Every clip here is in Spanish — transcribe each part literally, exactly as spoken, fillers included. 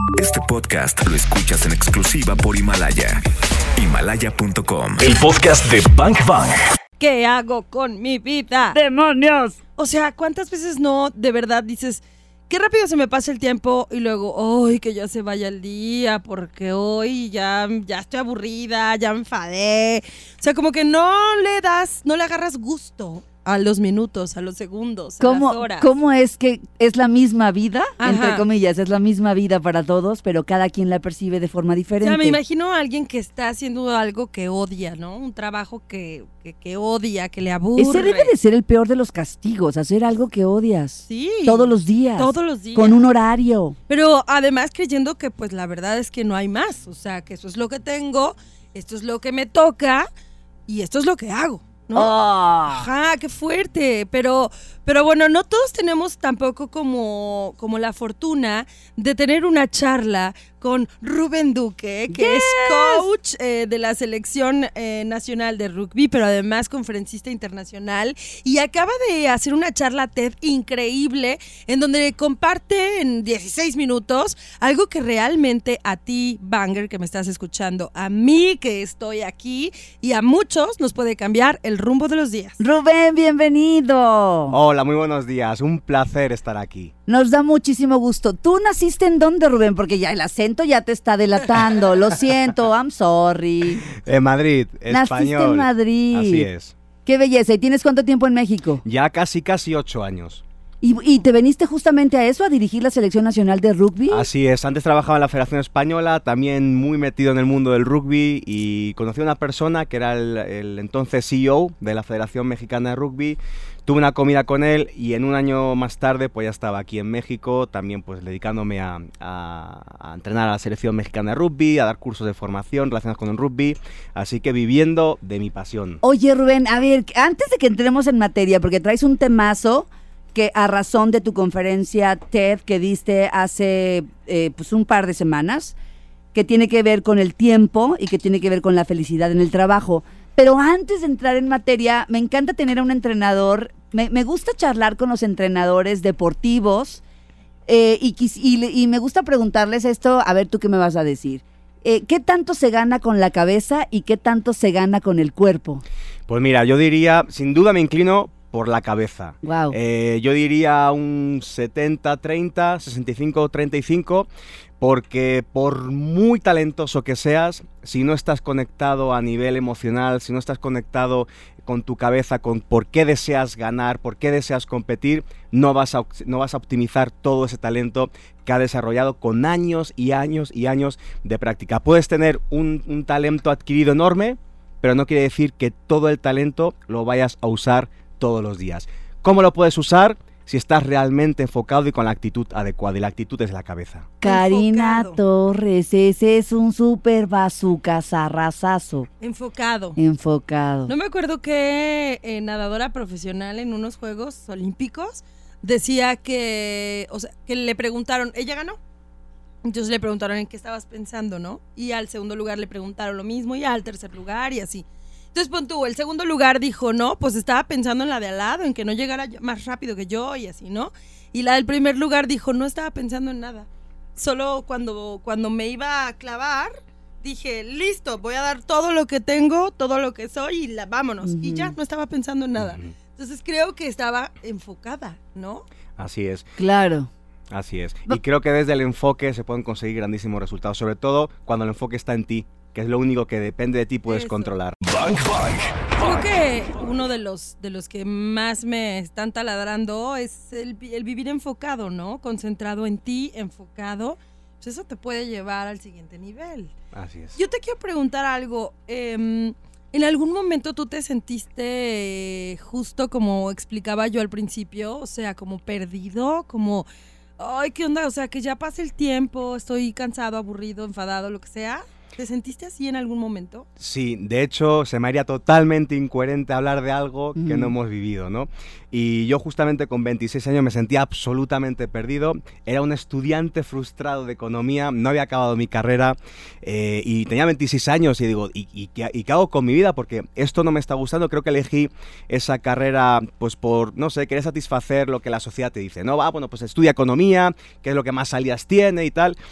Este podcast lo escuchas en exclusiva por Himalaya. Himalaya punto com. El podcast de Bang Bang. ¿Qué hago con mi vida? ¡Demonios! O sea, ¿cuántas veces no de verdad dices, qué rápido se me pasa el tiempo y luego, ¡ay, que ya se vaya el día! Porque hoy ya, ya estoy aburrida, ya me enfadé. O sea, como que no le das, no le agarras gusto a los minutos, a los segundos, a ¿Cómo, las horas. ¿Cómo es que es la misma vida? Ajá. Entre comillas, es la misma vida para todos, pero cada quien la percibe de forma O diferente. sea, me imagino a alguien que está haciendo algo que odia, ¿no? Un trabajo que, que, que odia, que le aburre. Ese debe de ser el peor de los castigos, hacer algo que odias. Sí. Todos los días. Todos los días. Con un horario. Pero además creyendo que pues la verdad es que no hay más, o sea, que eso es lo que tengo, esto es lo que me toca y esto es lo que hago, ¿no? Oh. Ajá, qué fuerte, pero, pero bueno, no todos tenemos tampoco como, como la fortuna de tener una charla con Rubén Duque, que Yes. es coach eh, de la selección eh, nacional de rugby, pero además conferencista internacional, y acaba de hacer una charla TED increíble, en donde comparte en dieciséis minutos algo que realmente a ti, Banger, que me estás escuchando, a mí, que estoy aquí, y a muchos nos puede cambiar el rumbo de los días. Rubén, bienvenido. Hola, muy buenos días. Un placer estar aquí. Nos da muchísimo gusto. ¿Tú naciste en dónde, Rubén? Porque ya el acento ya te está delatando. Lo siento, I'm sorry. En Madrid, Naciste español. en Madrid. Así es. Qué belleza. ¿Y tienes cuánto tiempo en México? Ya casi, casi ocho años. ¿Y, y te veniste justamente a eso, a dirigir la Selección Nacional de Rugby? Así es. Antes trabajaba en la Federación Española, también muy metido en el mundo del rugby, y conocí a una persona que era el, el entonces C E O de la Federación Mexicana de Rugby. Tuve una comida con él y en un año más tarde pues ya estaba aquí en México, también pues dedicándome a, a, a entrenar a la selección mexicana de rugby, a dar cursos de formación relacionados con el rugby, así que viviendo de mi pasión. Oye, Rubén, a ver, antes de que entremos en materia, porque traes un temazo que a razón de tu conferencia TED que diste hace eh, pues un par de semanas, que tiene que ver con el tiempo y que tiene que ver con la felicidad en el trabajo. Pero antes de entrar en materia, me encanta tener a un entrenador, me, me gusta charlar con los entrenadores deportivos eh, y, quis, y, y me gusta preguntarles esto, a ver tú qué me vas a decir. Eh, ¿Qué tanto se gana con la cabeza y qué tanto se gana con el cuerpo? Pues mira, yo diría, sin duda me inclino por la cabeza. Wow. Eh, yo diría un setenta treinta, sesenta y cinco treinta y cinco, porque por muy talentoso que seas, si no estás conectado a nivel emocional, si no estás conectado con tu cabeza, con por qué deseas ganar, por qué deseas competir, no vas a, no vas a optimizar todo ese talento que ha desarrollado con años y años y años de práctica. Puedes tener un, un talento adquirido enorme, pero no quiere decir que todo el talento lo vayas a usar todos los días. ¿Cómo lo puedes usar? Si estás realmente enfocado y con la actitud adecuada, y la actitud es la cabeza. Karina Enfocado. Torres, ese es un súper bazooka, zarrazazo. Enfocado. Enfocado. No me acuerdo qué eh, nadadora profesional en unos Juegos Olímpicos decía que, o sea, que le preguntaron, ella ganó. Entonces le preguntaron en qué estabas pensando, ¿no? Y al segundo lugar le preguntaron lo mismo, y al tercer lugar, y así. Entonces, pon tú, el segundo lugar dijo, no, pues estaba pensando en la de al lado, en que no llegara más rápido que yo y así, ¿no? Y la del primer lugar dijo, no estaba pensando en nada. Solo cuando, cuando me iba a clavar, dije, listo, voy a dar todo lo que tengo, todo lo que soy y la, vámonos. Uh-huh. Y ya, no estaba pensando en nada. Uh-huh. Entonces creo que estaba enfocada, ¿no? Así es. Claro. Así es. Y creo que desde el enfoque se pueden conseguir grandísimos resultados, sobre todo cuando el enfoque está en ti, que es lo único que depende de ti puedes Eso. controlar. Bang Bang. Creo que uno de los de los que más me están taladrando es el, el vivir enfocado, ¿no? Concentrado en ti, enfocado. Pues eso te puede llevar al siguiente nivel. Así es. Yo te quiero preguntar algo. Eh, ¿En algún momento tú te sentiste eh, justo como explicaba yo al principio? O sea, como perdido, como, ay, ¿qué onda? O sea, que ya pase el tiempo, estoy cansado, aburrido, enfadado, lo que sea. ¿Te sentiste así en algún momento? Sí, de hecho se me haría totalmente incoherente hablar de algo que Mm. no hemos vivido, ¿no? Y yo justamente con veintiséis años me sentía absolutamente perdido, era un estudiante frustrado de economía, no había acabado mi carrera eh, y tenía veintiséis años y digo, ¿y, y, qué, ¿y qué hago con mi vida? Porque esto no me está gustando, creo que elegí esa carrera pues por, no sé, querer satisfacer lo que la sociedad te dice, ¿no? Va, bueno, pues estudia economía, que es lo que más salidas tiene y tal.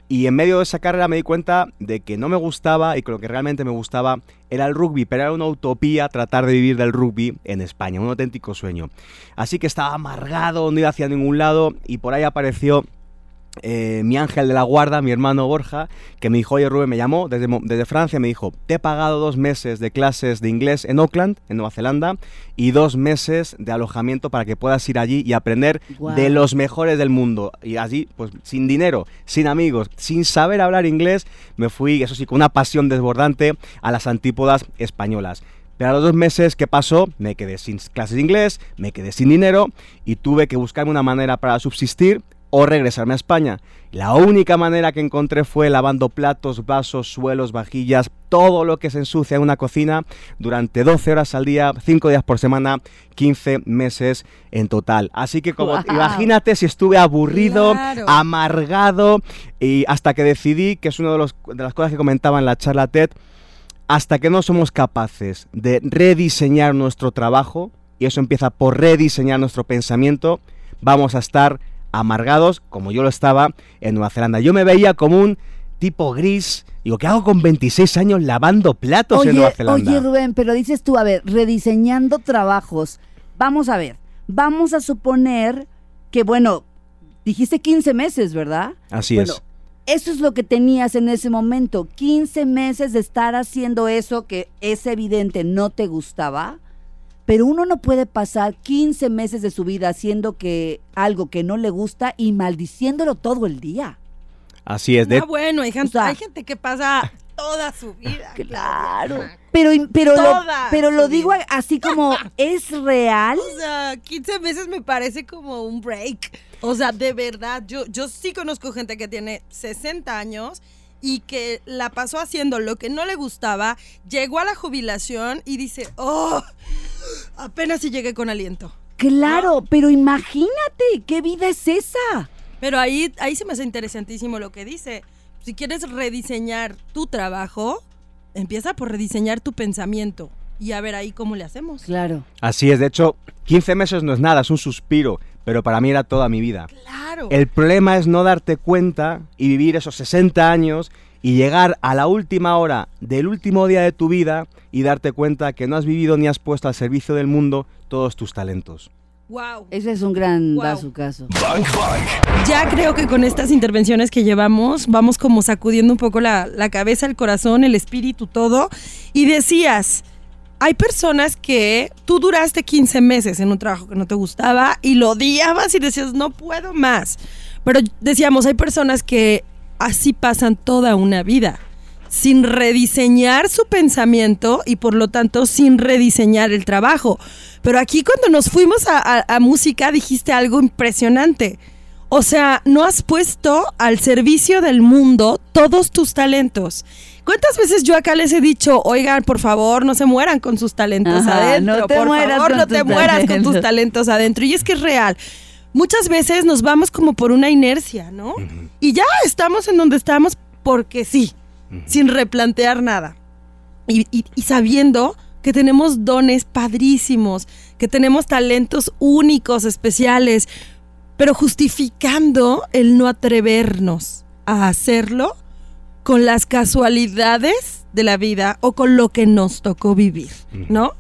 Y en medio de esa carrera me di cuenta de que no me gustaba y que lo que realmente me gustaba era el rugby, pero era una utopía tratar de vivir del rugby en España, un auténtico sueño. Así que estaba amargado, no iba hacia ningún lado y por ahí apareció eh, mi ángel de la guarda, mi hermano Borja, que me dijo, oye Rubén, me llamó desde, desde Francia, me dijo, te he pagado dos meses de clases de inglés en Auckland, en Nueva Zelanda, y dos meses de alojamiento para que puedas ir allí y aprender Wow. de los mejores del mundo. Y allí, pues sin dinero, sin amigos, sin saber hablar inglés, me fui, eso sí, con una pasión desbordante a las antípodas españolas. Pero a los dos meses, ¿qué pasó? Me quedé sin clases de inglés, me quedé sin dinero y tuve que buscarme una manera para subsistir o regresarme a España. La única manera que encontré fue lavando platos, vasos, suelos, vajillas, todo lo que se ensucia en una cocina durante doce horas al día, cinco días por semana, quince meses en total. Así que como Wow. imagínate si estuve aburrido, Claro. amargado y hasta que decidí, que es una de, los, de las cosas que comentaba en la charla TED, hasta que no somos capaces de rediseñar nuestro trabajo, y eso empieza por rediseñar nuestro pensamiento, vamos a estar amargados, como yo lo estaba en Nueva Zelanda. Yo me veía como un tipo gris. Digo, ¿qué hago con veintiséis años lavando platos en Nueva Zelanda? Oye, Rubén, pero dices tú, a ver, rediseñando trabajos. Vamos a ver, vamos a suponer que, bueno, dijiste quince meses, ¿verdad? Así Bueno, es. eso es lo que tenías en ese momento, quince meses de estar haciendo eso que es evidente no te gustaba. Pero uno no puede pasar quince meses de su vida haciendo que algo que no le gusta y maldiciéndolo todo el día. Así es. De, Ah, bueno, hay gente, O sea- hay gente que pasa toda su vida. Claro. Pero, pero, lo, Toda pero su lo digo vida. así como, ¿es real? O sea, quince meses me parece como un break. O sea, de verdad, yo, yo sí conozco gente que tiene sesenta años y que la pasó haciendo lo que no le gustaba, llegó a la jubilación y dice, oh, apenas si llegué con aliento. Claro, pero imagínate, ¿qué vida es esa? Pero ahí, ahí se me hace interesantísimo lo que dice. Si quieres rediseñar tu trabajo, empieza por rediseñar tu pensamiento y a ver ahí cómo le hacemos. Claro. así es. De hecho, quince meses no es nada, es un suspiro. Pero para mí era toda mi vida. Claro. El problema es no darte cuenta y vivir esos sesenta años y llegar a la última hora del último día de tu vida y darte cuenta que no has vivido ni has puesto al servicio del mundo todos tus talentos. Wow. Ese es un gran Wow. bazucazo. Bank Bank. Ya creo que con estas intervenciones que llevamos, vamos como sacudiendo un poco la, la cabeza, el corazón, el espíritu, todo. Y decías, hay personas que tú duraste quince meses en un trabajo que no te gustaba y lo odiabas y decías, no puedo más. Pero decíamos, hay personas que así pasan toda una vida, sin rediseñar su pensamiento y por lo tanto sin rediseñar el trabajo. Pero aquí cuando nos fuimos a, a, a música dijiste algo impresionante. O sea, no has puesto al servicio del mundo todos tus talentos. ¿Cuántas veces yo acá les he dicho, oigan, por favor, no se mueran con sus talentos Ajá, adentro? no te por mueras favor, con no tus te mueras con tus talentos. talentos adentro. Y es que es real. Muchas veces nos vamos como por una inercia, ¿no? Y ya estamos en donde estamos porque sí, sin replantear nada. Y, y, y sabiendo que tenemos dones padrísimos, que tenemos talentos únicos, especiales, pero justificando el no atrevernos a hacerlo con las casualidades de la vida o con lo que nos tocó vivir, ¿no?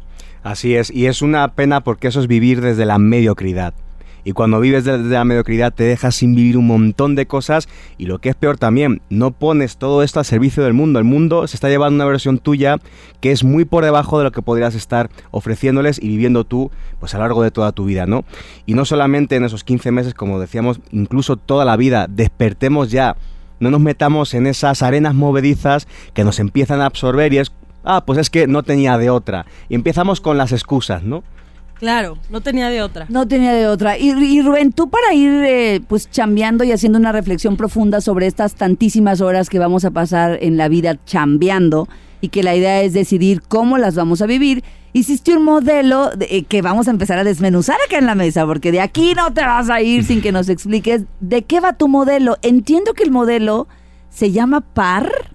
Así es, y es una pena porque eso es vivir desde la mediocridad. Y cuando vives desde la mediocridad te dejas sin vivir un montón de cosas y lo que es peor también, no pones todo esto al servicio del mundo. El mundo se está llevando una versión tuya que es muy por debajo de lo que podrías estar ofreciéndoles y viviendo tú pues a lo largo de toda tu vida, ¿no? Y no solamente en esos quince meses, como decíamos, incluso toda la vida, despertemos ya. No nos metamos en esas arenas movedizas que nos empiezan a absorber y es, ah, pues es que no tenía de otra. Y empezamos con las excusas, ¿no? Claro, no tenía de otra. No tenía de otra. Y, y Rubén, tú para ir eh, pues chambeando y haciendo una reflexión profunda sobre estas tantísimas horas que vamos a pasar en la vida chambeando y que la idea es decidir cómo las vamos a vivir, hiciste un modelo de, eh, que vamos a empezar a desmenuzar acá en la mesa, porque de aquí no te vas a ir sin que nos expliques de qué va tu modelo. Entiendo que el modelo se llama P A R.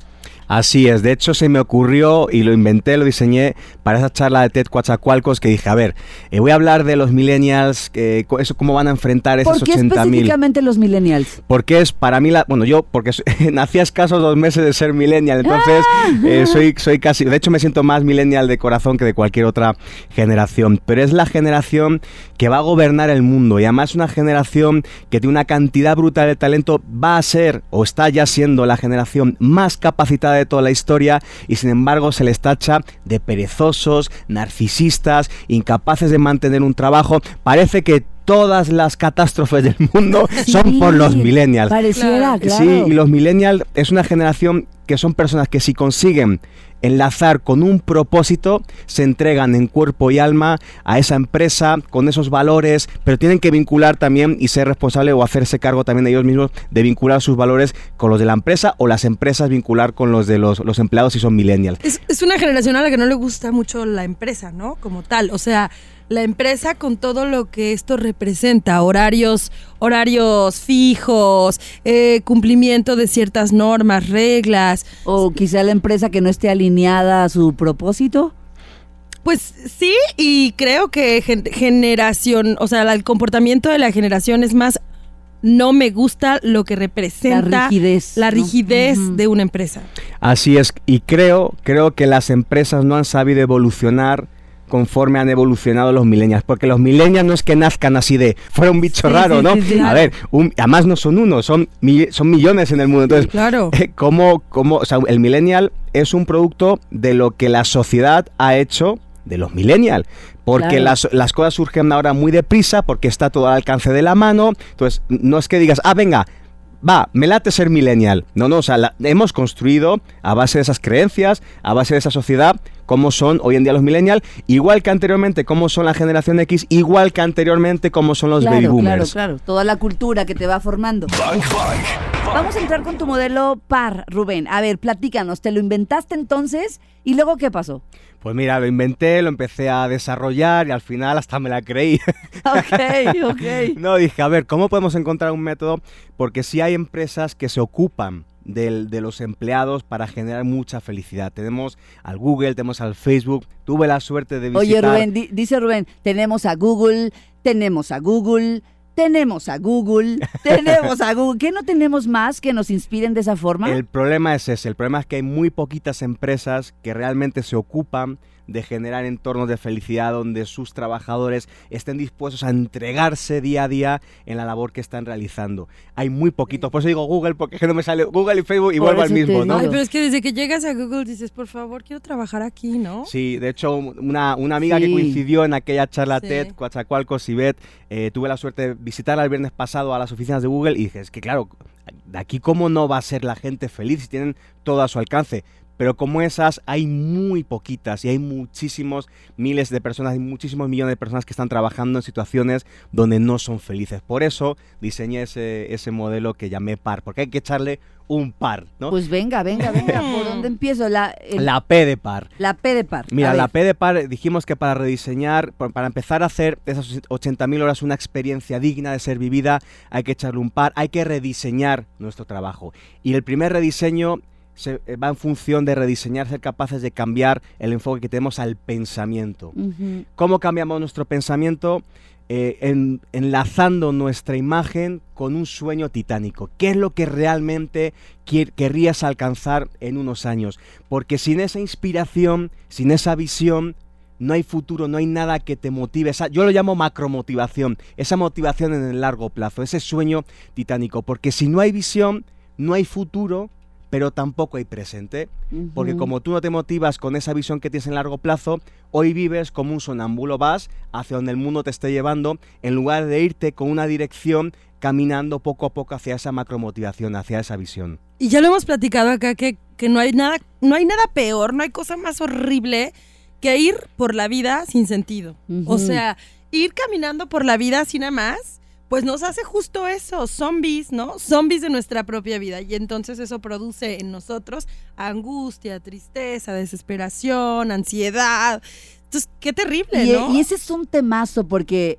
Así es, de hecho se me ocurrió y lo inventé, lo diseñé para esa charla de TED Coatzacoalcos que dije, a ver, eh, voy a hablar de los millennials, eh, eso cómo van a enfrentar esos ¿Por qué ochenta mil. específicamente los millennials? Porque es para mí, la, bueno, yo porque nací a escasos dos meses de ser millennial, entonces ah. eh, soy, soy casi, de hecho me siento más millennial de corazón que de cualquier otra generación, pero es la generación que va a gobernar el mundo y además una generación que tiene una cantidad brutal de talento, va a ser o está ya siendo la generación más capacitada de toda la historia y sin embargo se les tacha de perezosos, narcisistas, incapaces de mantener un trabajo. Parece que todas las catástrofes del mundo sí, son por los millennials. Pareciera, claro. Sí, y los millennials es una generación que son personas que si consiguen enlazar con un propósito, se entregan en cuerpo y alma a esa empresa con esos valores, pero tienen que vincular también y ser responsable o hacerse cargo también de ellos mismos de vincular sus valores con los de la empresa o las empresas vincular con los de los, los empleados si son millennials. Es, es una generación a la que no le gusta mucho la empresa, ¿no? Como tal, o sea, la empresa con todo lo que esto representa, horarios, horarios fijos, eh, cumplimiento de ciertas normas, reglas. O quizá la empresa que no esté alineada a su propósito. Pues sí, y creo que gen- generación, o sea, el comportamiento de la generación es más, no me gusta lo que representa la rigidez, la rigidez ¿no? uh-huh. de una empresa. Así es, y creo, creo que las empresas no han sabido evolucionar conforme han evolucionado los millennials, porque los millennials no es que nazcan así de fuera un bicho sí, raro, sí, ¿no? Sí, sí. A ver, un, además no son uno, son, mi, son millones en el mundo. Entonces, claro. eh, ¿cómo, cómo, o sea, el millennial es un producto de lo que la sociedad ha hecho de los millennials, porque claro. las, las cosas surgen ahora muy deprisa, porque está todo al alcance de la mano. Entonces, no es que digas, ah, venga, va, me late ser millennial. No, no, o sea, la, hemos construido a base de esas creencias, a base de esa sociedad, cómo son hoy en día los millennials, igual que anteriormente cómo son la generación X, igual que anteriormente cómo son los claro, baby boomers. Claro, claro, toda la cultura que te va formando. Bank, bank. Vamos a entrar con tu modelo par, Rubén. A ver, platícanos, ¿te lo inventaste entonces? ¿Y luego qué pasó? Pues mira, lo inventé, lo empecé a desarrollar y al final hasta me la creí. Ok, ok. No, dije, a ver, ¿cómo podemos encontrar un método? Porque sí hay empresas que se ocupan del, de los empleados para generar mucha felicidad. Tenemos al Google, tenemos al Facebook. Tuve la suerte de visitar... Oye, Rubén, di, dice Rubén, tenemos a Google, tenemos a Google... Tenemos a Google, tenemos a Google. ¿Qué no tenemos más que nos inspiren de esa forma? El problema es ese, el problema es que hay muy poquitas empresas que realmente se ocupan de generar entornos de felicidad donde sus trabajadores estén dispuestos a entregarse día a día en la labor que están realizando. Hay muy poquitos, por eso digo Google, porque no me sale Google y Facebook y por vuelvo al mismo, ¿no? Ay, pero es que desde que llegas a Google dices, por favor, quiero trabajar aquí, ¿no? Sí, de hecho, una, una amiga sí. que coincidió en aquella charla sí. TED, Coatzacoalcos y Bet, eh, tuve la suerte de visitarla el viernes pasado a las oficinas de Google y dije, es que claro, de aquí cómo no va a ser la gente feliz si tienen todo a su alcance. Pero como esas hay muy poquitas y hay muchísimos miles de personas, hay muchísimos millones de personas que están trabajando en situaciones donde no son felices. Por eso diseñé ese, ese modelo que llamé par, porque hay que echarle un par, ¿no? Pues venga, venga, venga, ¿por dónde empiezo? La, el, la P de par. La P de par. Mira, la P de par dijimos que para rediseñar, para empezar a hacer esas ochenta mil horas una experiencia digna de ser vivida, hay que echarle un par, hay que rediseñar nuestro trabajo. Y el primer rediseño se va en función de rediseñar, ser capaces de cambiar el enfoque que tenemos al pensamiento. Uh-huh. ¿Cómo cambiamos nuestro pensamiento? Eh, en, enlazando nuestra imagen con un sueño titánico. ¿Qué es lo que realmente quer- querrías alcanzar en unos años? Porque sin esa inspiración, sin esa visión, no hay futuro, no hay nada que te motive. Esa, yo lo llamo macromotivación, esa motivación en el largo plazo, ese sueño titánico. Porque si no hay visión, no hay futuro, pero tampoco hay presente, uh-huh. porque como tú no te motivas con esa visión que tienes en largo plazo, hoy vives como un sonámbulo, vas hacia donde el mundo te esté llevando, en lugar de irte con una dirección, caminando poco a poco hacia esa macromotivación, hacia esa visión. Y ya lo hemos platicado acá, que, que no hay nada, no hay nada peor, no hay cosa más horrible que ir por la vida sin sentido. Uh-huh. O sea, ir caminando por la vida así nada más, pues nos hace justo eso, zombies, ¿no? Zombies de nuestra propia vida. Y entonces eso produce en nosotros angustia, tristeza, desesperación, ansiedad. Entonces, qué terrible, y, ¿no? Y ese es un temazo porque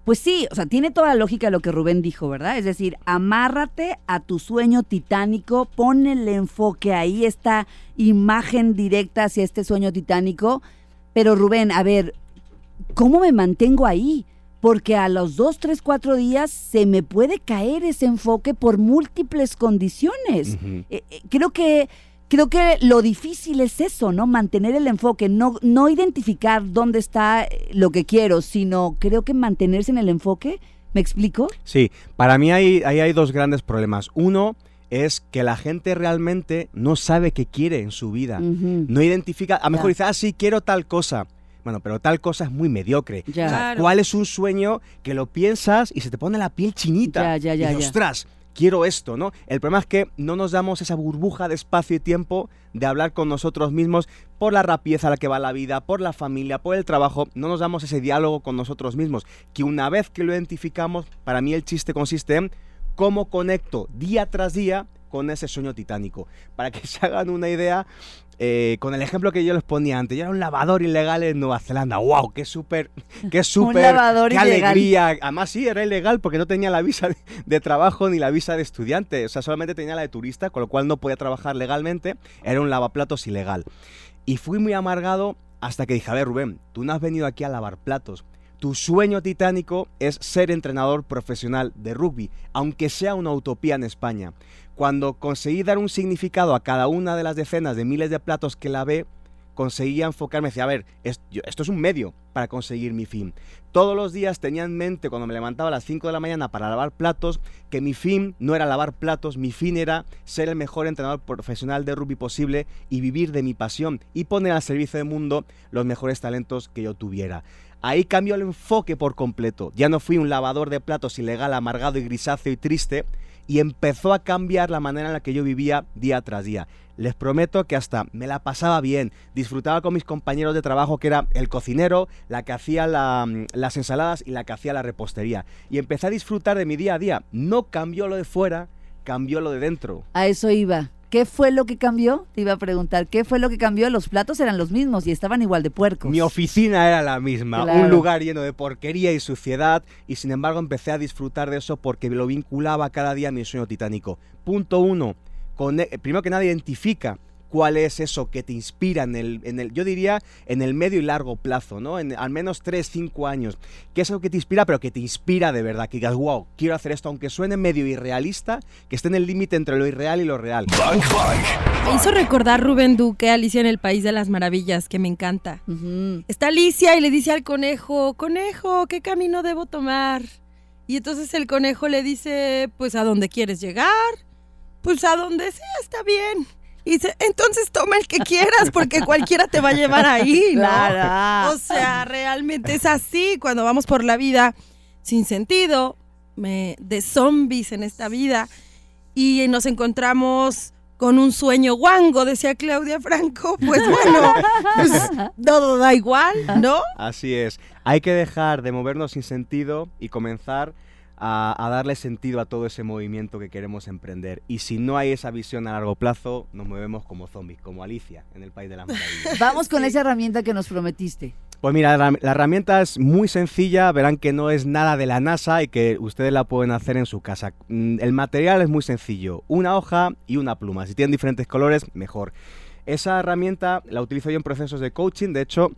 Pues sí, o sea, tiene toda la lógica lo que Rubén dijo, ¿verdad? Es decir, amárrate a tu sueño titánico, pon el enfoque ahí, esta imagen directa hacia este sueño titánico. Pero Rubén, a ver, ¿cómo me mantengo ahí? Porque a los dos, tres, cuatro días se me puede caer ese enfoque por múltiples condiciones. Uh-huh. Eh, eh, creo que creo que lo difícil es eso, ¿no? Mantener el enfoque, no, no identificar dónde está lo que quiero, sino creo que mantenerse en el enfoque. ¿Me explico? Sí, para mí ahí hay, hay dos grandes problemas. Uno es que la gente realmente no sabe qué quiere en su vida. Uh-huh. No identifica, a lo mejor dice, ah, sí, quiero tal cosa. Bueno, pero tal cosa es muy mediocre. Ya. O sea, Claro. ¿cuál es un sueño que lo piensas y se te pone la piel chinita? Ya, ya, ya, y dices, ya. ostras, quiero esto, ¿no? El problema es que no nos damos esa burbuja de espacio y tiempo de hablar con nosotros mismos por la rapidez a la que va la vida, por la familia, por el trabajo. No nos damos ese diálogo con nosotros mismos. Que una vez que lo identificamos, para mí el chiste consiste en cómo conecto día tras día con ese sueño titánico. Para que se hagan una idea, eh, con el ejemplo que yo les ponía antes, yo era un lavador ilegal en Nueva Zelanda. ¡Wow! ¡Qué súper! ¡Qué súper! lavador ¡Qué ilegal. alegría! Además sí, era ilegal porque no tenía la visa de, de trabajo ni la visa de estudiante. O sea, solamente tenía la de turista, con lo cual no podía trabajar legalmente. Era un lavaplatos ilegal. Y fui muy amargado hasta que dije, a ver, Rubén, tú no has venido aquí a lavar platos. Tu sueño titánico es ser entrenador profesional de rugby, aunque sea una utopía en España. Cuando conseguí dar un significado a cada una de las decenas de miles de platos que lavé, conseguía enfocarme, decía, a ver, es, yo, esto es un medio para conseguir mi fin. Todos los días tenía en mente, cuando me levantaba a las cinco de la mañana para lavar platos, que mi fin no era lavar platos, mi fin era ser el mejor entrenador profesional de rugby posible y vivir de mi pasión y poner al servicio del mundo los mejores talentos que yo tuviera. Ahí cambió el enfoque por completo. Ya no fui un lavador de platos ilegal, amargado y grisáceo y triste, y empezó a cambiar la manera en la que yo vivía día tras día. Les prometo que hasta me la pasaba bien, disfrutaba con mis compañeros de trabajo, que era el cocinero, la que hacía la, las ensaladas y la que hacía la repostería. Y empecé a disfrutar de mi día a día. No cambió lo de fuera, cambió lo de dentro. A eso iba. ¿Qué fue lo que cambió? Te iba a preguntar, ¿qué fue lo que cambió? Los platos eran los mismos y estaban igual de puercos. Mi oficina era la misma, Claro. un lugar lleno de porquería y suciedad, y sin embargo empecé a disfrutar de eso porque lo vinculaba cada día a mi sueño titánico. Punto uno, con, primero que nada identifica cuál es eso que te inspira en el, en el, yo diría, en el medio y largo plazo, ¿no? En al menos tres, cinco años. ¿Qué es lo que te inspira? Pero que te inspira de verdad, que digas, wow, quiero hacer esto, aunque suene medio irrealista, que esté en el límite entre lo irreal y lo real. Bank Bank. Me hizo recordar Rubén Duque, Alicia en el País de las Maravillas, que me encanta. Uh-huh. Está Alicia y le dice al conejo, conejo, ¿qué camino debo tomar? Y entonces el conejo le dice, pues ¿a dónde quieres llegar? Pues a donde sea, está bien. Y dice, entonces toma el que quieras porque cualquiera te va a llevar ahí, ¿no? Claro. O sea, realmente es así cuando vamos por la vida sin sentido, me, de zombies en esta vida, y nos encontramos con un sueño guango, decía Claudia Franco, pues bueno, pues todo da igual, ¿no? Así es. Hay que dejar de movernos sin sentido y comenzar a, a darle sentido a todo ese movimiento que queremos emprender. Y si no hay esa visión a largo plazo, nos movemos como zombies, como Alicia en el País de las Maravillas. Vamos con Sí. esa herramienta que nos prometiste. Pues mira, la, la herramienta es muy sencilla, verán que no es nada de la NASA y que ustedes la pueden hacer en su casa. Mm, El material es muy sencillo, una hoja y una pluma. Si tienen diferentes colores, mejor. Esa herramienta la utilizo yo en procesos de coaching, de hecho,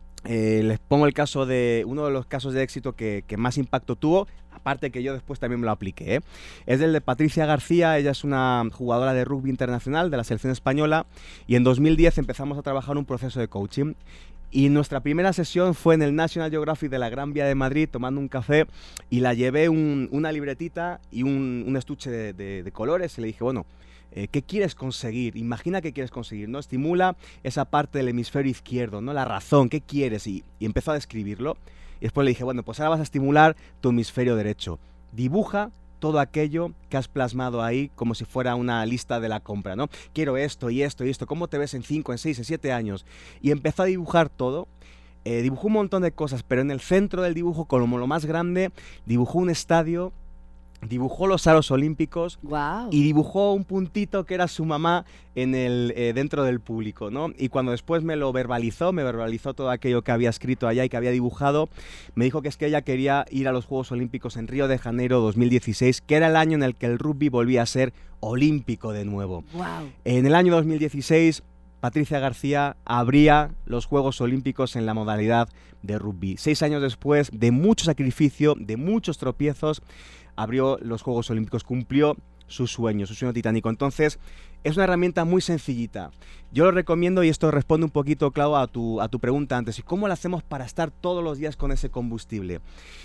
eh, les pongo el caso de uno de los casos de éxito que, que más impacto tuvo, aparte que yo después también me lo apliqué, ¿eh? Es el de Patricia García. Ella es una jugadora de rugby internacional de la selección española y en dos mil diez empezamos a trabajar un proceso de coaching. Y nuestra primera sesión fue en el National Geographic de la Gran Vía de Madrid, tomando un café, y la llevé un, una libretita y un, un estuche de, de, de colores, y le dije, bueno, eh, ¿qué quieres conseguir? Imagina qué quieres conseguir, ¿no? Estimula esa parte del hemisferio izquierdo, ¿no? La razón, ¿qué quieres? Y, y empezó a describirlo, y después le dije, bueno, pues ahora vas a estimular tu hemisferio derecho. Dibuja todo aquello que has plasmado ahí como si fuera una lista de la compra, ¿no? Quiero esto y esto y esto, ¿cómo te ves en cinco, en seis, en siete años? Y empezó a dibujar todo, eh, dibujó un montón de cosas, pero en el centro del dibujo, como lo más grande, dibujó un estadio dibujó los aros olímpicos Wow. y dibujó un puntito que era su mamá en el, eh, dentro del público, ¿no? Y cuando después me lo verbalizó, me verbalizó todo aquello que había escrito allá y que había dibujado, me dijo que es que ella quería ir a los Juegos Olímpicos en Río de Janeiro dos mil dieciséis, que era el año en el que el rugby volvía a ser olímpico de nuevo. Wow. En el año dos mil dieciséis, Patricia García abría los Juegos Olímpicos en la modalidad de rugby. Seis años después, de mucho sacrificio, de muchos tropiezos, abrió los Juegos Olímpicos, cumplió su sueño, su sueño titánico. Entonces, es una herramienta muy sencillita. Yo lo recomiendo, y esto responde un poquito, Clau, a tu, a tu pregunta antes. ¿Y cómo lo hacemos para estar todos los días con ese combustible?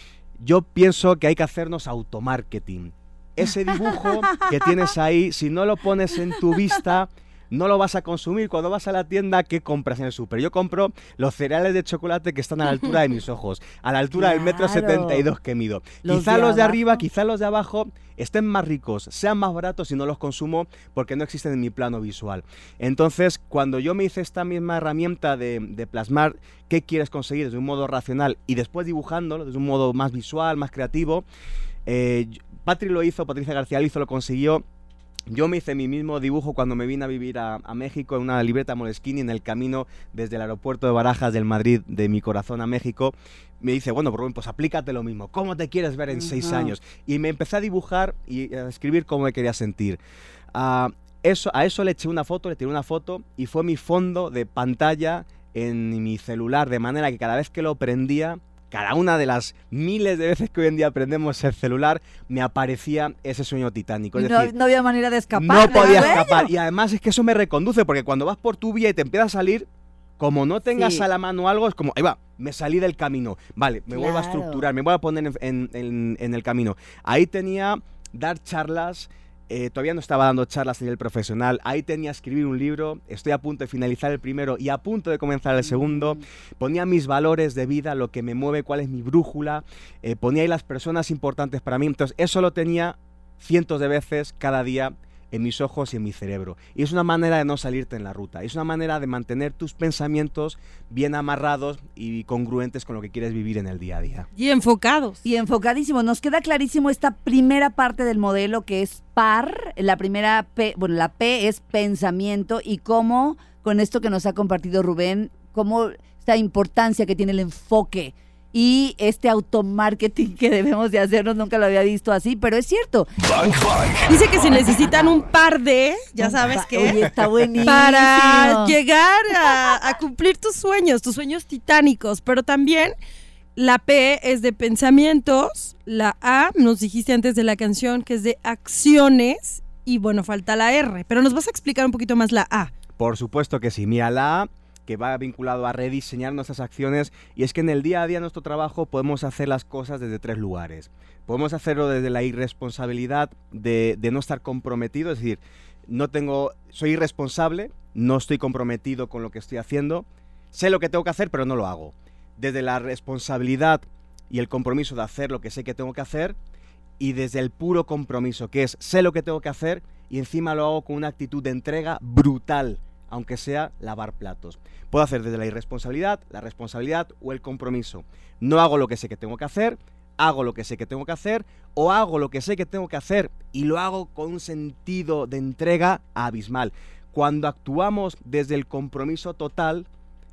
Yo pienso que hay que hacernos automarketing. Ese dibujo que tienes ahí, si no lo pones en tu vista, no lo vas a consumir. Cuando vas a la tienda, ¿qué compras en el súper? Yo compro los cereales de chocolate que están a la altura de mis ojos, a la altura del metro Claro. setenta y dos que mido. Los Quizá de los de abajo. arriba, quizá los de abajo estén más ricos, sean más baratos y no los consumo porque no existen en mi plano visual. Entonces, cuando yo me hice esta misma herramienta de, de plasmar qué quieres conseguir desde un modo racional y después dibujándolo desde un modo más visual, más creativo, eh, Patri lo hizo, Patricia García lo hizo, lo consiguió. Yo me hice mi mismo dibujo cuando me vine a vivir a, a México en una libreta Moleskine, en el camino desde el aeropuerto de Barajas del Madrid, de mi corazón a México. Me dice, bueno, Rubén, pues aplícate lo mismo. ¿Cómo te quieres ver en uh-huh. seis años? Y me empecé a dibujar y a escribir cómo me quería sentir. Uh, eso, a eso le eché una foto, le tiré una foto y fue mi fondo de pantalla en mi celular, de manera que cada vez que lo prendía, cada una de las miles de veces que hoy en día prendemos el celular, me aparecía ese sueño titánico. Es no, decir, no había manera de escapar. no podía bueno. escapar. Y además es que eso me reconduce, porque cuando vas por tu vía y te empieza a salir, como no tengas Sí. a la mano algo, es como, ahí va, me salí del camino. Vale, me Claro. vuelvo a estructurar, me vuelvo a poner en, en, en, en el camino. Ahí tenía dar charlas. Eh, todavía no estaba dando charlas a nivel profesional. Ahí tenía escribir un libro. Estoy a punto de finalizar el primero y a punto de comenzar el segundo. Ponía mis valores de vida, lo que me mueve, cuál es mi brújula. Eh, ponía ahí las personas importantes para mí. Entonces eso lo tenía cientos de veces cada día en mis ojos y en mi cerebro. Y es una manera de no salirte en la ruta. Es una manera de mantener tus pensamientos bien amarrados y congruentes con lo que quieres vivir en el día a día. Y enfocados. Y enfocadísimo. Nos queda clarísimo esta primera parte del modelo que es par. La primera P, bueno, la P es pensamiento y cómo, con esto que nos ha compartido Rubén, cómo esta importancia que tiene el enfoque y este automarketing que debemos de hacernos, nunca lo había visto así, pero es cierto. Bank Bank. Dice que si necesitan un par de, ya sabes Pa- qué, Oye, está buenísimo. para llegar a, a cumplir tus sueños, tus sueños titánicos, pero también la P es de pensamientos, la A nos dijiste antes de la canción que es de acciones y bueno, falta la R, pero nos vas a explicar un poquito más la A. Por supuesto que sí. Mira, la A, que va vinculado a rediseñar nuestras acciones, y es que en el día a día de nuestro trabajo podemos hacer las cosas desde tres lugares. Podemos hacerlo desde la irresponsabilidad de, de no estar comprometido, es decir, no tengo, soy irresponsable, no estoy comprometido con lo que estoy haciendo, sé lo que tengo que hacer pero no lo hago. Desde la responsabilidad y el compromiso de hacer lo que sé que tengo que hacer, y desde el puro compromiso, que es sé lo que tengo que hacer y encima lo hago con una actitud de entrega brutal, aunque sea lavar platos. Puedo hacer desde la irresponsabilidad, la responsabilidad o el compromiso. No hago lo que sé que tengo que hacer, hago lo que sé que tengo que hacer, o hago lo que sé que tengo que hacer y lo hago con un sentido de entrega abismal. Cuando actuamos desde el compromiso total,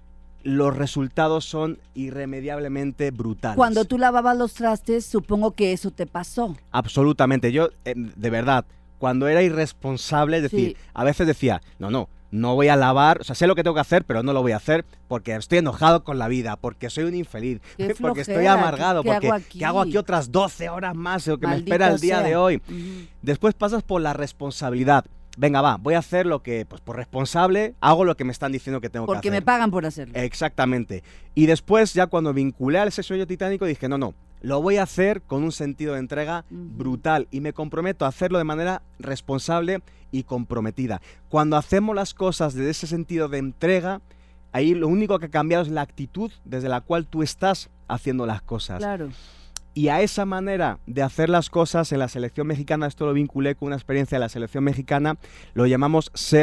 los resultados son irremediablemente brutales. Cuando tú lavabas los trastes, supongo que eso te pasó. Absolutamente. Yo, eh, de verdad, cuando era irresponsable, es decir, Sí. a veces decía, no, no, no voy a lavar, o sea, sé lo que tengo que hacer, pero no lo voy a hacer porque estoy enojado con la vida, porque soy un infeliz, Qué porque estoy flojera, amargado, ¿qué- qué porque hago aquí? ¿qué hago aquí otras doce horas más de lo que me Maldita espera el día sea. de hoy? Ujú. Después pasas por la responsabilidad. Venga, va, voy a hacer lo que, pues por responsable, hago lo que me están diciendo que tengo Porque que hacer. me pagan por hacerlo. Exactamente. Y después, ya cuando vinculé a ese sueño titánico, dije, no, no, lo voy a hacer con un sentido de entrega Ujú. brutal y me comprometo a hacerlo de manera responsable y comprometida. Cuando hacemos las cosas desde ese sentido de entrega, ahí lo único que ha cambiado es la actitud desde la cual tú estás haciendo las cosas. Claro. Y a esa manera de hacer las cosas en la selección mexicana, esto lo vinculé con una experiencia de la selección mexicana, lo llamamos ser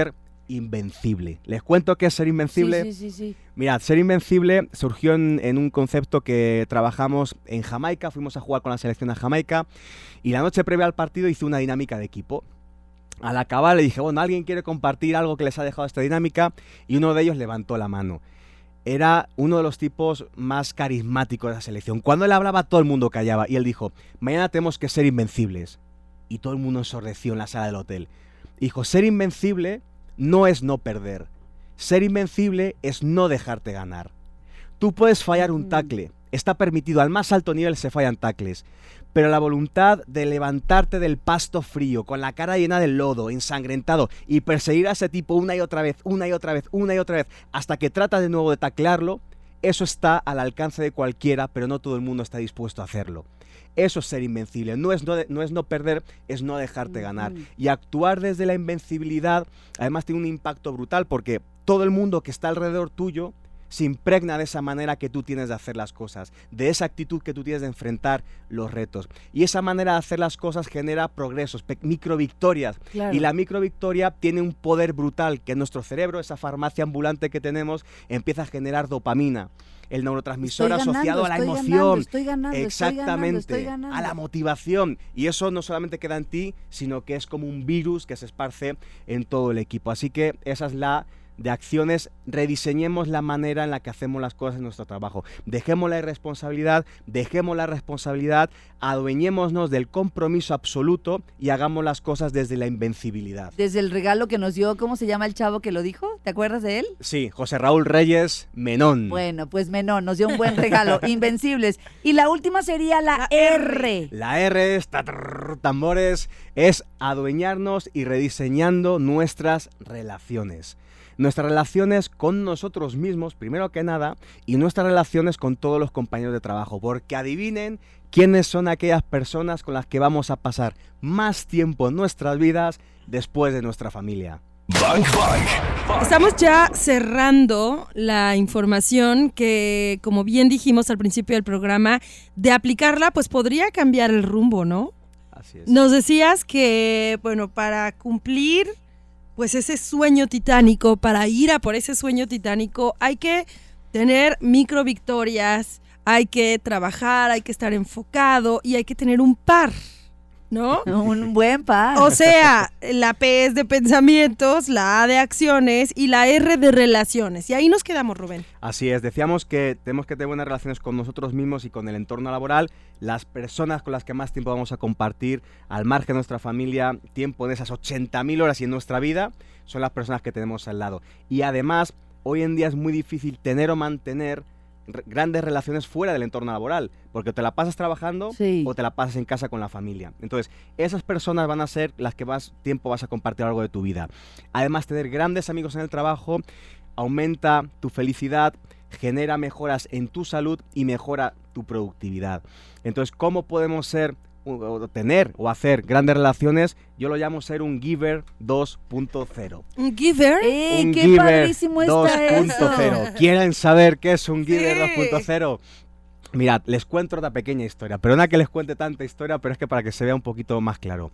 invencible. ¿Les cuento qué es ser invencible? Sí, sí, sí, sí. Mirad, ser invencible surgió en, en un concepto que trabajamos en Jamaica, fuimos a jugar con la selección a Jamaica y la noche previa al partido hice una dinámica de equipo. Al acabar le dije, bueno, ¿alguien quiere compartir algo que les ha dejado esta dinámica? Y uno de ellos levantó la mano. Era uno de los tipos más carismáticos de la selección. Cuando él hablaba, todo el mundo callaba. Y él dijo, mañana tenemos que ser invencibles. Y todo el mundo ensordeció en la sala del hotel. Dijo, ser invencible no es no perder. Ser invencible es no dejarte ganar. Tú puedes fallar un tackle. Está permitido, al más alto nivel se fallan tackles. Pero la voluntad de levantarte del pasto frío, con la cara llena de lodo, ensangrentado, y perseguir a ese tipo una y otra vez, una y otra vez, una y otra vez, hasta que trata de nuevo de taclearlo, eso está al alcance de cualquiera, pero no todo el mundo está dispuesto a hacerlo. Eso es ser invencible. No es no, de, no es no perder, es no dejarte ganar. Y actuar desde la invencibilidad, además tiene un impacto brutal, porque todo el mundo que está alrededor tuyo se impregna de esa manera que tú tienes de hacer las cosas, de esa actitud que tú tienes de enfrentar los retos. Y esa manera de hacer las cosas genera progresos, microvictorias. Claro. Y la microvictoria tiene un poder brutal, que en nuestro cerebro, esa farmacia ambulante que tenemos, empieza a generar dopamina, el neurotransmisor ganando, asociado a la emoción. Ganando, estoy ganando, exactamente, estoy ganando, estoy ganando. A la motivación. Y eso no solamente queda en ti, sino que es como un virus que se esparce en todo el equipo. Así que esa es la de acciones. Rediseñemos la manera en la que hacemos las cosas en nuestro trabajo. Dejemos la irresponsabilidad, dejemos la responsabilidad, adueñémonos del compromiso absoluto y hagamos las cosas desde la invencibilidad. Desde el regalo que nos dio, ¿cómo se llama el chavo que lo dijo? ¿Te acuerdas de él? Sí, José Raúl Reyes Menón. Bueno, pues Menón nos dio un buen regalo, Invencibles. Y la última sería la, la R. La R es, tambores, es adueñarnos y rediseñando nuestras relaciones. Nuestras relaciones con nosotros mismos, primero que nada, y nuestras relaciones con todos los compañeros de trabajo, porque adivinen quiénes son aquellas personas con las que vamos a pasar más tiempo en nuestras vidas después de nuestra familia. Bank Bank. Estamos ya cerrando la información que, como bien dijimos al principio del programa, de aplicarla, pues podría cambiar el rumbo, ¿no? Así es. Nos decías que, bueno, para cumplir pues ese sueño titánico, para ir a por ese sueño titánico, hay que tener micro victorias, hay que trabajar, hay que estar enfocado y hay que tener un par, ¿no? Un buen par. O sea, la P es de pensamientos, la A de acciones y la R de relaciones. Y ahí nos quedamos, Rubén. Así es, decíamos que tenemos que tener buenas relaciones con nosotros mismos y con el entorno laboral. Las personas con las que más tiempo vamos a compartir, al margen de nuestra familia, tiempo de esas ochenta mil horas y en nuestra vida, son las personas que tenemos al lado. Y además, hoy en día es muy difícil tener o mantener grandes relaciones fuera del entorno laboral, porque te la pasas trabajando sí. o te la pasas en casa con la familia. Entonces, esas personas van a ser las que más tiempo vas a compartir a lo largo de tu vida. Además, tener grandes amigos en el trabajo aumenta tu felicidad, genera mejoras en tu salud y mejora tu productividad. Entonces, ¿cómo podemos ser o tener o hacer grandes relaciones? Yo lo llamo ser un giver dos punto cero. ¿Un giver? ¡Eh, un qué giver padrísimo está dos punto cero. eso! ¿Quieren saber qué es un giver Sí. dos punto cero? Mirad, les cuento otra pequeña historia. Perdona que les cuente tanta historia, pero es que para que se vea un poquito más claro.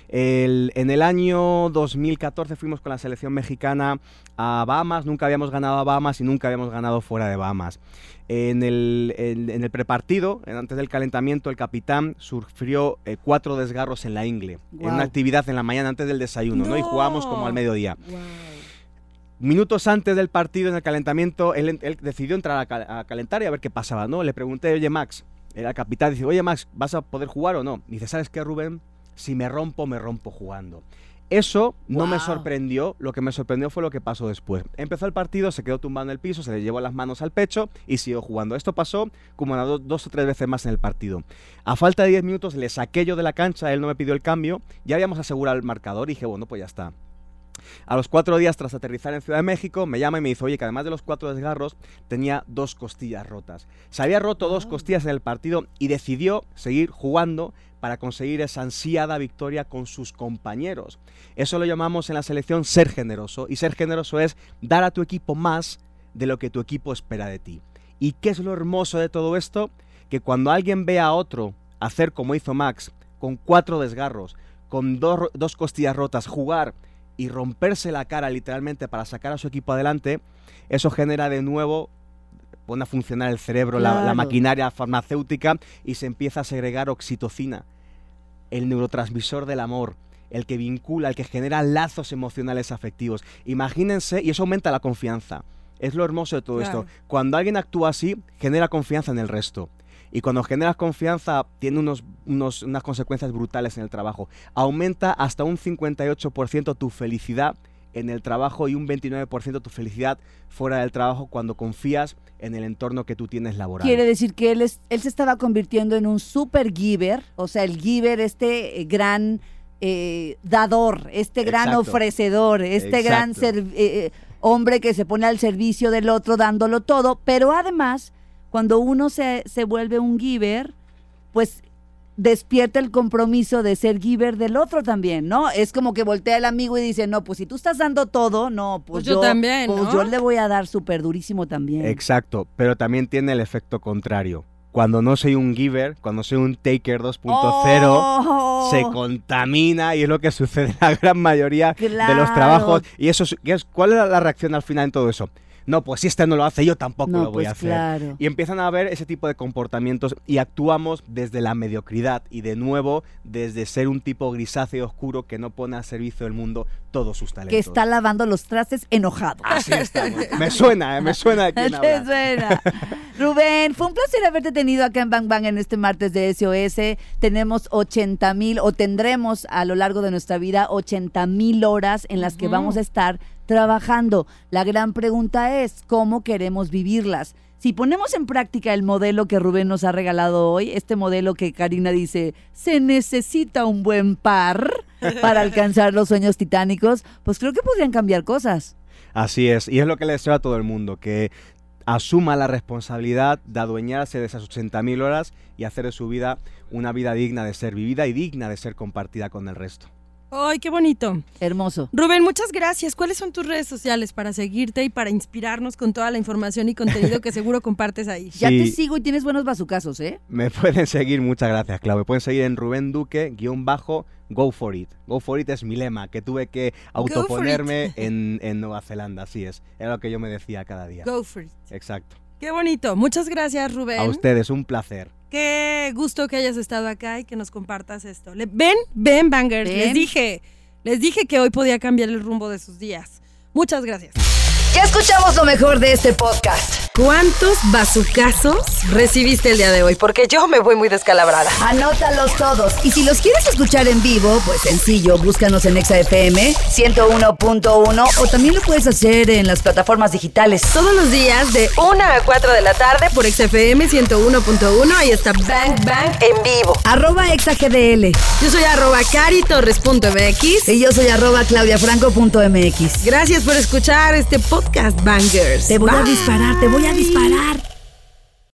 El, en el año dos mil catorce fuimos con la selección mexicana a Bahamas. Nunca habíamos ganado a Bahamas y nunca habíamos ganado fuera de Bahamas. En el, en, en el prepartido, antes del calentamiento, el capitán sufrió eh, cuatro desgarros en la ingle. Wow. En una actividad en la mañana antes del desayuno, ¿no? ¿no? Y jugábamos como al mediodía. Wow. Minutos antes del partido, en el calentamiento, él, él decidió entrar a, cal, a calentar y a ver qué pasaba, ¿no? Le pregunté, oye, Max, era el capitán, dice, oye, Max, ¿vas a poder jugar o no? Dice, ¿sabes qué, Rubén? Si me rompo, me rompo jugando. Eso no wow. me sorprendió, lo que me sorprendió fue lo que pasó después. Empezó el partido, se quedó tumbado en el piso, se le llevó las manos al pecho y siguió jugando. Esto pasó como una, do, dos o tres veces más en el partido. A falta de diez minutos le saqué yo de la cancha, él no me pidió el cambio, ya habíamos asegurado el marcador y dije, bueno, pues ya está. A los cuatro días tras aterrizar en Ciudad de México, me llama y me dice, oye, que además de los cuatro desgarros, tenía dos costillas rotas. Se había roto dos costillas en el partido y decidió seguir jugando para conseguir esa ansiada victoria con sus compañeros. Eso lo llamamos en la selección ser generoso, y ser generoso es dar a tu equipo más de lo que tu equipo espera de ti. ¿Y qué es lo hermoso de todo esto? Que cuando alguien ve a otro hacer como hizo Max, con cuatro desgarros, con do, dos costillas rotas, jugar y romperse la cara literalmente para sacar a su equipo adelante, eso genera de nuevo, pone a funcionar el cerebro, Claro. la, la maquinaria farmacéutica y se empieza a segregar oxitocina, el neurotransmisor del amor, el que vincula, el que genera lazos emocionales afectivos. Imagínense, y eso aumenta la confianza. Es lo hermoso de todo Claro. esto. Cuando alguien actúa así, genera confianza en el resto. Y cuando generas confianza, tiene unos, unos, unas consecuencias brutales en el trabajo. Aumenta hasta un cincuenta y ocho por ciento tu felicidad en el trabajo y un veintinueve por ciento tu felicidad fuera del trabajo cuando confías en el entorno que tú tienes laboral. Quiere decir que él, es, él se estaba convirtiendo en un super giver, o sea, el giver, este eh, gran eh, dador, este gran Exacto. ofrecedor, este Exacto. gran ser- eh, hombre que se pone al servicio del otro dándolo todo, pero además, cuando uno se, se vuelve un giver, pues despierta el compromiso de ser giver del otro también, ¿no? Es como que voltea el amigo y dice, no, pues si tú estás dando todo, no, pues, Pues yo también, pues ¿no? yo le voy a dar súper durísimo también. Exacto, pero también tiene el efecto contrario. Cuando no soy un giver, cuando soy un taker dos punto cero, ¡Oh! se contamina y es lo que sucede en la gran mayoría de los Claro. trabajos. ¿Y eso es, ¿qué es- cuál es la reacción al final en todo eso? No, pues si este no lo hace, yo tampoco No, lo voy pues a hacer. claro. Y empiezan a haber ese tipo de comportamientos y actuamos desde la mediocridad y de nuevo desde ser un tipo grisáceo oscuro que no pone al servicio del mundo todos sus talentos. Que está lavando los trastes enojado. Así estamos. Me suena, eh, me suena de quién Te habla. suena. Rubén, fue un placer haberte tenido acá en Bang Bang en este martes de S O S. Tenemos ochenta mil o tendremos a lo largo de nuestra vida ochenta mil horas en las que Ujú. vamos a estar trabajando. La gran pregunta es, ¿cómo queremos vivirlas? Si ponemos en práctica el modelo que Rubén nos ha regalado hoy, este modelo que Karina dice, se necesita un buen par para alcanzar los sueños titánicos, pues creo que podrían cambiar cosas. Así es, y es lo que le deseo a todo el mundo, que asuma la responsabilidad de adueñarse de esas ochenta mil horas y hacer de su vida una vida digna de ser vivida y digna de ser compartida con el resto. ¡Ay, qué bonito! Hermoso. Rubén, muchas gracias. ¿Cuáles son tus redes sociales para seguirte y para inspirarnos con toda la información y contenido que seguro compartes ahí? Ya te Sí. sigo y tienes buenos bazucazos, ¿eh? Me pueden seguir, muchas gracias, Clau. Me pueden seguir en Rubén Duque, guión bajo, Go For It. Go For It es mi lema, que tuve que autoponerme en, en Nueva Zelanda, así es. Era lo que yo me decía cada día. Go for it. Exacto. Qué bonito. Muchas gracias, Rubén. A ustedes, un placer. Qué gusto que hayas estado acá y que nos compartas esto. Le- ven, ven, Bangers. Ven. Les dije, les dije que hoy podía cambiar el rumbo de sus días. Muchas gracias. Ya escuchamos lo mejor de este podcast. ¿Cuántos bazucazos recibiste el día de hoy? Porque yo me voy muy descalabrada. Anótalos todos. Y si los quieres escuchar en vivo, pues sencillo, búscanos en Exa F M ciento uno punto uno o también lo puedes hacer en las plataformas digitales. Todos los días de una a cuatro de la tarde por X F M ciento uno punto uno. Ahí está Bang Bang en vivo. Arroba Exa G D L. Yo soy arroba caritorres.mx. Y yo soy arroba claudiafranco.mx. Gracias por escuchar este podcast, Bangers. Te voy a Bye. disparar, te voy a disparar.